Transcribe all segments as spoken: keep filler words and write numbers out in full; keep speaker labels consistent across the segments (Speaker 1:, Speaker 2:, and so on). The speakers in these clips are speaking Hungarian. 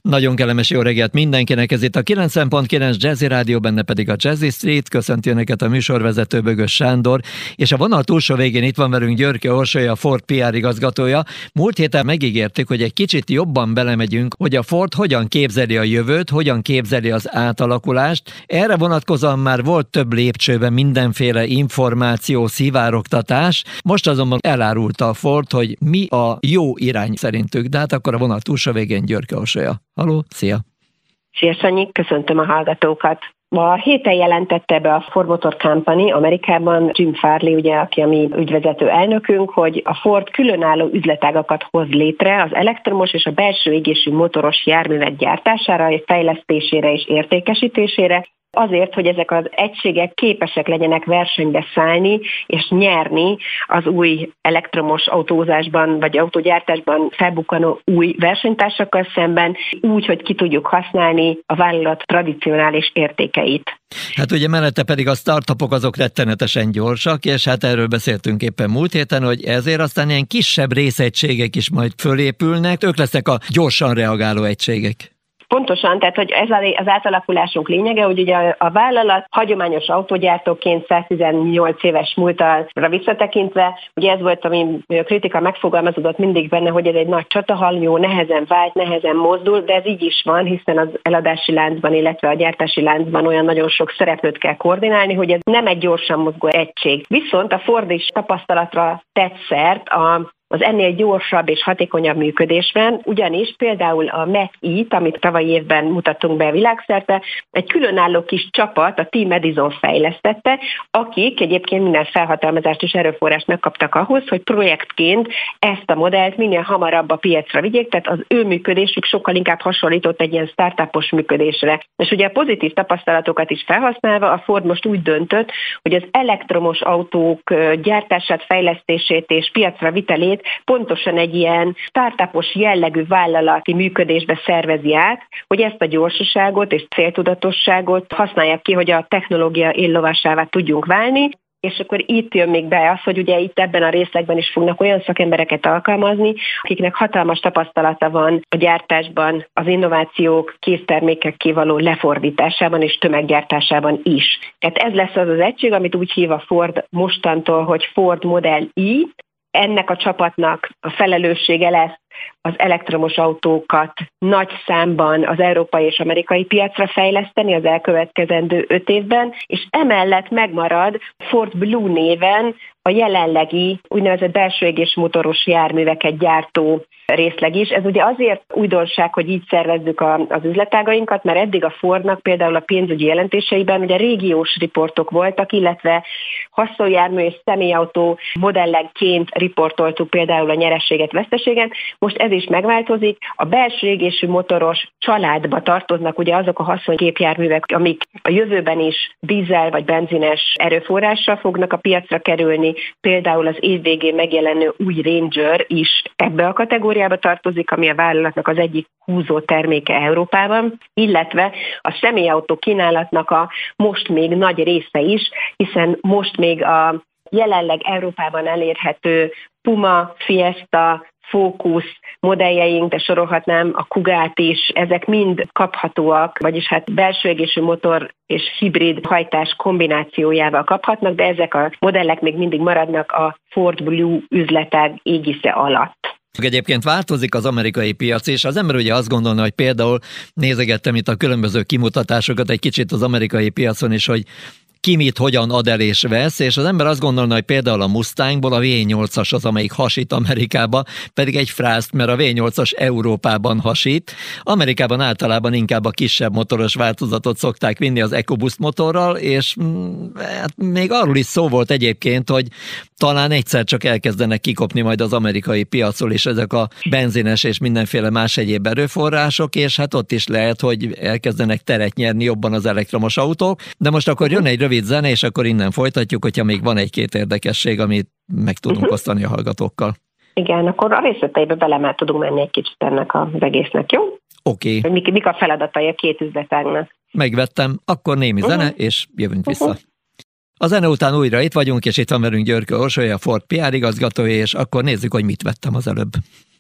Speaker 1: Nagyon kellemes jó reggelt mindenkinek, ez itt a kilencven pont kilenc Jazzy Rádió, benne pedig a Jazzy Street. Köszönti önöket a műsorvezető Bögös Sándor, és a vonal túlsó végén itt van velünk Györke Orsolya, a Ford pé er igazgatója. Múlt héten megígértük, hogy egy kicsit jobban belemegyünk, hogy a Ford hogyan képzeli a jövőt, hogyan képzeli az átalakulást. Erre vonatkozóan már volt több lépcsőben mindenféle információ, szivárogtatás. Most azonban elárulta a Ford, hogy mi a jó irány szerintük, de hát akkor a vonal túlsó végén Györke Orsolya. Halló, szia!
Speaker 2: Szia Sanyi, köszöntöm a hallgatókat! A héten jelentette be a Ford Motor Company Amerikában Jim Farley, ugye, aki a mi ügyvezető elnökünk, hogy a Ford különálló üzletágakat hoz létre az elektromos és a belső égésű motoros járművek gyártására, fejlesztésére és értékesítésére, azért, hogy ezek az egységek képesek legyenek versenybe szállni és nyerni az új elektromos autózásban vagy autógyártásban felbukkanó új versenytársakkal szemben, úgy, hogy ki tudjuk használni a vállalat tradicionális értékeit.
Speaker 1: Hát ugye mellette pedig a startupok azok rettenetesen gyorsak, és hát erről beszéltünk éppen múlt héten, hogy ezért aztán ilyen kisebb részegységek is majd fölépülnek, ők lesznek a gyorsan reagáló egységek.
Speaker 2: Pontosan, tehát hogy ez az átalakulásunk lényege, hogy ugye a vállalat hagyományos autógyártóként száztizennyolc éves múltra visszatekintve, ugye ez volt, ami a kritika megfogalmazódott mindig benne, hogy ez egy nagy csatahalmjó, nehezen vált, nehezen mozdul, de ez így is van, hiszen az eladási láncban, illetve a gyártási láncban olyan nagyon sok szereplőt kell koordinálni, hogy ez nem egy gyorsan mozgó egység. Viszont a Ford is tapasztalatra tett szert a az ennél gyorsabb és hatékonyabb működésben, ugyanis például a Mach-E-t, amit tavalyi évben mutattunk be világszerte, egy különálló kis csapat, a Team Edison fejlesztette, akik egyébként minden felhatalmazást és erőforrást megkaptak ahhoz, hogy projektként ezt a modellt minél hamarabb a piacra vigyék, tehát az ő működésük sokkal inkább hasonlított egy ilyen startupos működésre. És ugye a pozitív tapasztalatokat is felhasználva a Ford most úgy döntött, hogy az elektromos autók gyártását, fejlesztését és piacra vitelét pontosan egy ilyen startupos jellegű vállalati működésbe szervezi át, hogy ezt a gyorsaságot és céltudatosságot használják ki, hogy a technológia éllovasává tudjunk válni. És akkor itt jön még be az, hogy ugye itt ebben a részlegben is fognak olyan szakembereket alkalmazni, akiknek hatalmas tapasztalata van a gyártásban, az innovációk, késztermékek kivaló lefordításában és tömeggyártásában is. Tehát ez lesz az az egység, amit úgy hív a Ford mostantól, hogy Ford Model E. Ennek a csapatnak a felelőssége lesz az elektromos autókat nagy számban az európai és amerikai piacra fejleszteni az elkövetkezendő öt évben, és emellett megmarad Ford Blue néven a jelenlegi úgynevezett belső égésű motoros járműveket gyártó részleg is. Ez ugye azért újdonság, hogy így szervezzük a, az üzletágainkat, mert eddig a Fordnak például a pénzügyi jelentéseiben ugye régiós riportok voltak, illetve haszonjármű és személyautó modellekként riportoltuk például a nyereséget, veszteséget. Most ez is megváltozik. A belső égésű motoros családba tartoznak ugye azok a haszongépjárművek, amik a jövőben is dízel vagy benzines erőforrással fognak a piacra kerülni. Például az év végén megjelenő új Ranger is ebbe a kategóriába tartozik, ami a vállalatnak az egyik húzó terméke Európában, illetve a személyautó kínálatnak a most még nagy része is, hiszen most még a jelenleg Európában elérhető Puma, Fiesta, Focus modelljeink, de sorolhatnám a Kugát is, ezek mind kaphatóak, vagyis hát belső égésű motor és hibrid hajtás kombinációjával kaphatnak, de ezek a modellek még mindig maradnak a Ford Blue üzletág égisze alatt.
Speaker 1: Egyébként változik az amerikai piac, és az ember ugye azt gondolna, hogy például nézegettem itt a különböző kimutatásokat egy kicsit az amerikai piacon is, hogy ki mit hogyan ad el és vesz, és az ember azt gondolna, hogy például a Mustangból a vé nyolcas az, amelyik hasít Amerikába, pedig egy frászt, mert a vé nyolcas Európában hasít. Amerikában általában inkább a kisebb motoros változatot szokták vinni az EcoBoost motorral, és hát még arról is szó volt egyébként, hogy talán egyszer csak elkezdenek kikopni majd az amerikai piacról is ezek a benzines és mindenféle más egyéb erőforrások, és hát ott is lehet, hogy elkezdenek teret nyerni jobban az elektromos autók. De most akkor jön egy rövid zene, és akkor innen folytatjuk, hogyha még van egy-két érdekesség, amit meg tudunk osztani a hallgatókkal.
Speaker 2: Igen, akkor a részleteibe bele már tudunk menni egy kicsit ennek az egésznek, jó?
Speaker 1: Oké. Okay.
Speaker 2: Mik, mik a feladatai a két üzletágnak?
Speaker 1: Megvettem, akkor némi uh-huh. zene, és jövünk vissza. Uh-huh. A zene után újra itt vagyunk, és itt van velünk Györke Orsolya, a Ford pé er igazgatója, és akkor nézzük, hogy mit vettem az előbb.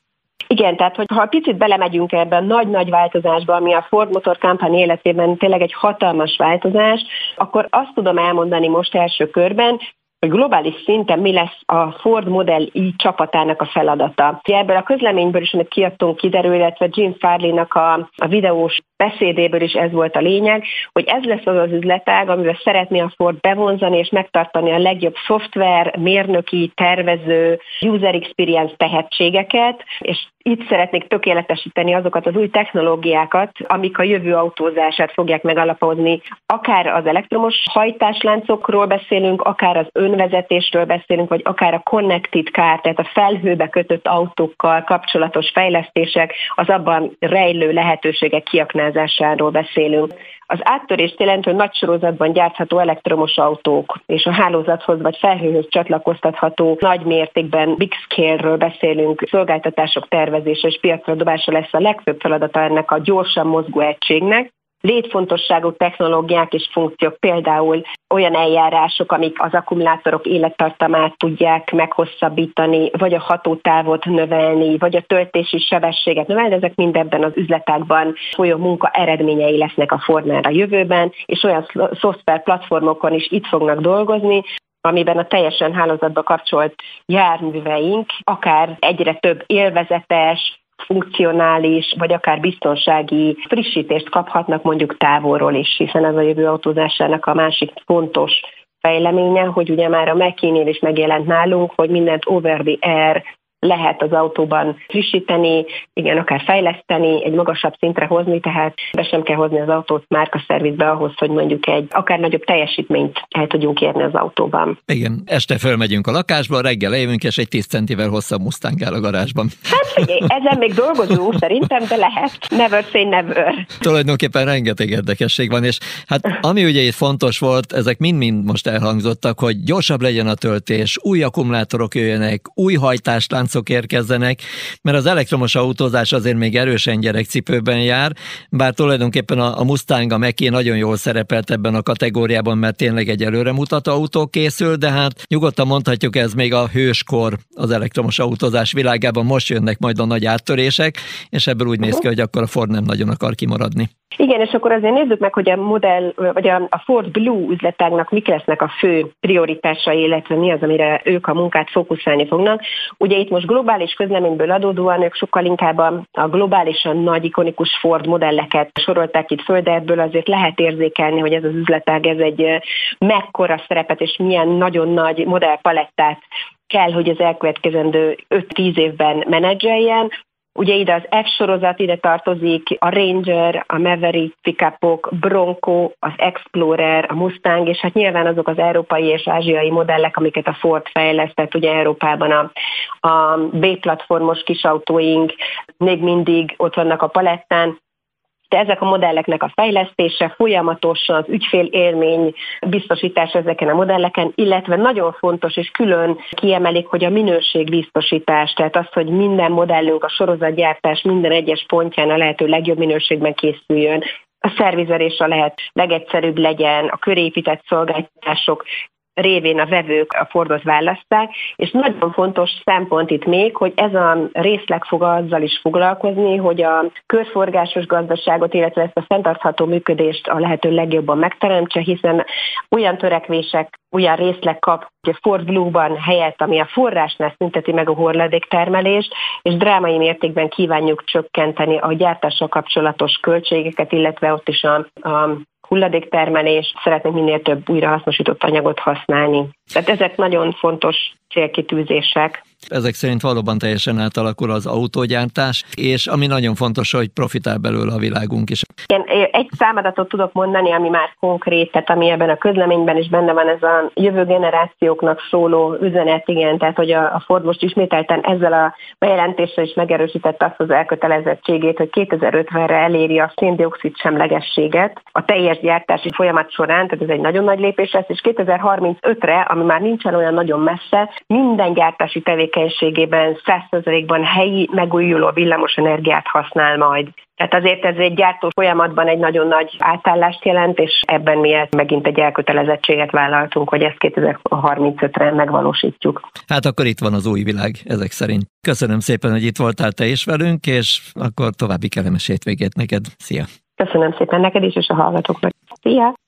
Speaker 2: Igen, tehát hogy ha picit belemegyünk ebben a nagy-nagy változásba, ami a Ford Motor Company életében tényleg egy hatalmas változás, akkor azt tudom elmondani most első körben, hogy globális szinten mi lesz a Ford Model I csapatának a feladata. Ebből a közleményből is, amit kiadtunk, kiderül, illetve Jim Farley-nak a, a videós beszédéből is ez volt a lényeg, hogy ez lesz az az üzletág, amivel szeretné a Ford bevonzani és megtartani a legjobb szoftver, mérnöki, tervező, user experience tehetségeket, és itt szeretnék tökéletesíteni azokat az új technológiákat, amik a jövő autózását fogják megalapozni. Akár az elektromos hajtásláncokról beszélünk, akár az önvezetésről beszélünk, vagy akár a connected car, tehát a felhőbe kötött autókkal kapcsolatos fejlesztések, az abban rejlő lehetőségek kiaknázásáról beszélünk. Az áttörést jelent, hogy nagy sorozatban gyártható elektromos autók és a hálózathoz vagy felhőhöz csatlakoztatható nagy mértékben big scale-ről beszélünk, szolgáltatások tervezése és piacra dobása lesz a legfőbb feladata ennek a gyorsan mozgó egységnek. Létfontosságú technológiák és funkciók, például olyan eljárások, amik az akkumulátorok élettartamát tudják meghosszabbítani, vagy a hatótávot növelni, vagy a töltési sebességet növelni, ezek mind ebben az üzletágban folyó munka eredményei lesznek a Fordnál a jövőben, és olyan szoftver platformokon is itt fognak dolgozni, amiben a teljesen hálózatba kapcsolt járműveink akár egyre több élvezetes, funkcionális, vagy akár biztonsági frissítést kaphatnak mondjuk távolról is, hiszen ez a jövő autózásának a másik fontos fejleménye, hogy ugye már a Mackie-nél is megjelent nálunk, hogy mindent over the air lehet az autóban frissíteni, igen, akár fejleszteni, egy magasabb szintre hozni, tehát be sem kell hozni az autót márkaszervizbe ahhoz, hogy mondjuk egy akár nagyobb teljesítményt el tudjunk érni az autóban.
Speaker 1: Igen, este fölmegyünk a lakásba, reggel lejövünk, és egy tíz centivel hosszabb Mustang áll a garázsban.
Speaker 2: Hát figyelj, ezen még dolgozunk szerintem, de lehet. Never say never.
Speaker 1: Tulajdonképpen rengeteg érdekesség van, és hát ami ugye itt fontos volt, ezek mind-mind most elhangzottak, hogy gyorsabb legyen a töltés, új akkumulátorok jöjjenek, új hajtásláncok érkezzenek, mert az elektromos autózás azért még erősen gyerekcipőben jár, bár tulajdonképpen a Mustang, a Mach-E nagyon jól szerepelt ebben a kategóriában, mert tényleg egy előremutató autó készül, de hát nyugodtan mondhatjuk, ez még a hőskor az elektromos autózás világában, most jönnek majd a nagy áttörések, és ebből úgy néz ki, hogy akkor a Ford nem nagyon akar kimaradni.
Speaker 2: Igen, és akkor azért nézzük meg, hogy a modell, vagy a Ford Blue üzletágnak mik lesznek a fő prioritásai, illetve mi az, amire ők a munkát fókuszálni fognak. Ugye itt most globális közleményből adódóan ők sokkal inkább a, a globálisan nagy, ikonikus Ford modelleket sorolták itt föl, de ebből azért lehet érzékelni, hogy ez az üzletág, ez egy mekkora szerepet és milyen nagyon nagy modellpalettát kell, hogy az elkövetkezendő öt-tíz évben menedzseljen. Ugye ide az F sorozat, ide tartozik a Ranger, a Maverick pickupok, Bronco, az Explorer, a Mustang, és hát nyilván azok az európai és ázsiai modellek, amiket a Ford fejlesztett, ugye Európában a, a B-platformos kisautóink még mindig ott vannak a palettán. De ezek a modelleknek a fejlesztése, folyamatosan az ügyfél élmény biztosítás ezeken a modelleken, illetve nagyon fontos és külön kiemelik, hogy a minőségbiztosítás, tehát az, hogy minden modellünk, a sorozatgyártás minden egyes pontján a lehető legjobb minőségben készüljön, a szervizerés a lehet legegyszerűbb legyen, a körépített szolgáltatások révén a vevők a Fordot választák, és nagyon fontos szempont itt még, hogy ez a részleg fog azzal is foglalkozni, hogy a körforgásos gazdaságot, illetve ezt a fenntartható működést a lehető legjobban megteremtse, hiszen olyan törekvések, olyan részleg kap a Ford Blue-ban helyett, ami a forrásnál szünteti meg a hulladéktermelést, és drámai mértékben kívánjuk csökkenteni a gyártással kapcsolatos költségeket, illetve ott is a, a hulladéktermelés, szeretnénk minél több újrahasznosított anyagot használni. Tehát ezek nagyon fontos célkitűzések.
Speaker 1: Ezek szerint valóban teljesen átalakul az autógyártás, és ami nagyon fontos, hogy profitál belőle a világunk is.
Speaker 2: Én egy számadatot tudok mondani, ami már konkrét, tehát ami ebben a közleményben is benne van, ez a jövő generációknak szóló üzenet, igen, tehát hogy a Ford most ismételten ezzel a bejelentéssel is megerősítette azt az elkötelezettségét, hogy kétezer-ötvenre eléri a szén-dioxid semlegességet a teljes gyártási folyamat során, tehát ez egy nagyon nagy lépés lesz, és kétezer-harmincötre, ami már nincsen olyan nagyon messze, minden gyártási tevékenység tevékenységében száz százalékban helyi megújuló villamosenergiát használ majd. Tehát azért ez egy gyártó folyamatban egy nagyon nagy átállást jelent, és ebben mi megint egy elkötelezettséget vállaltunk, hogy ezt kétezer-harmincötre megvalósítjuk.
Speaker 1: Hát akkor itt van az új világ ezek szerint. Köszönöm szépen, hogy itt voltál te is velünk, és akkor további kellemes hétvégét neked. Szia!
Speaker 2: Köszönöm szépen neked is, és a hallgatóknak. Szia!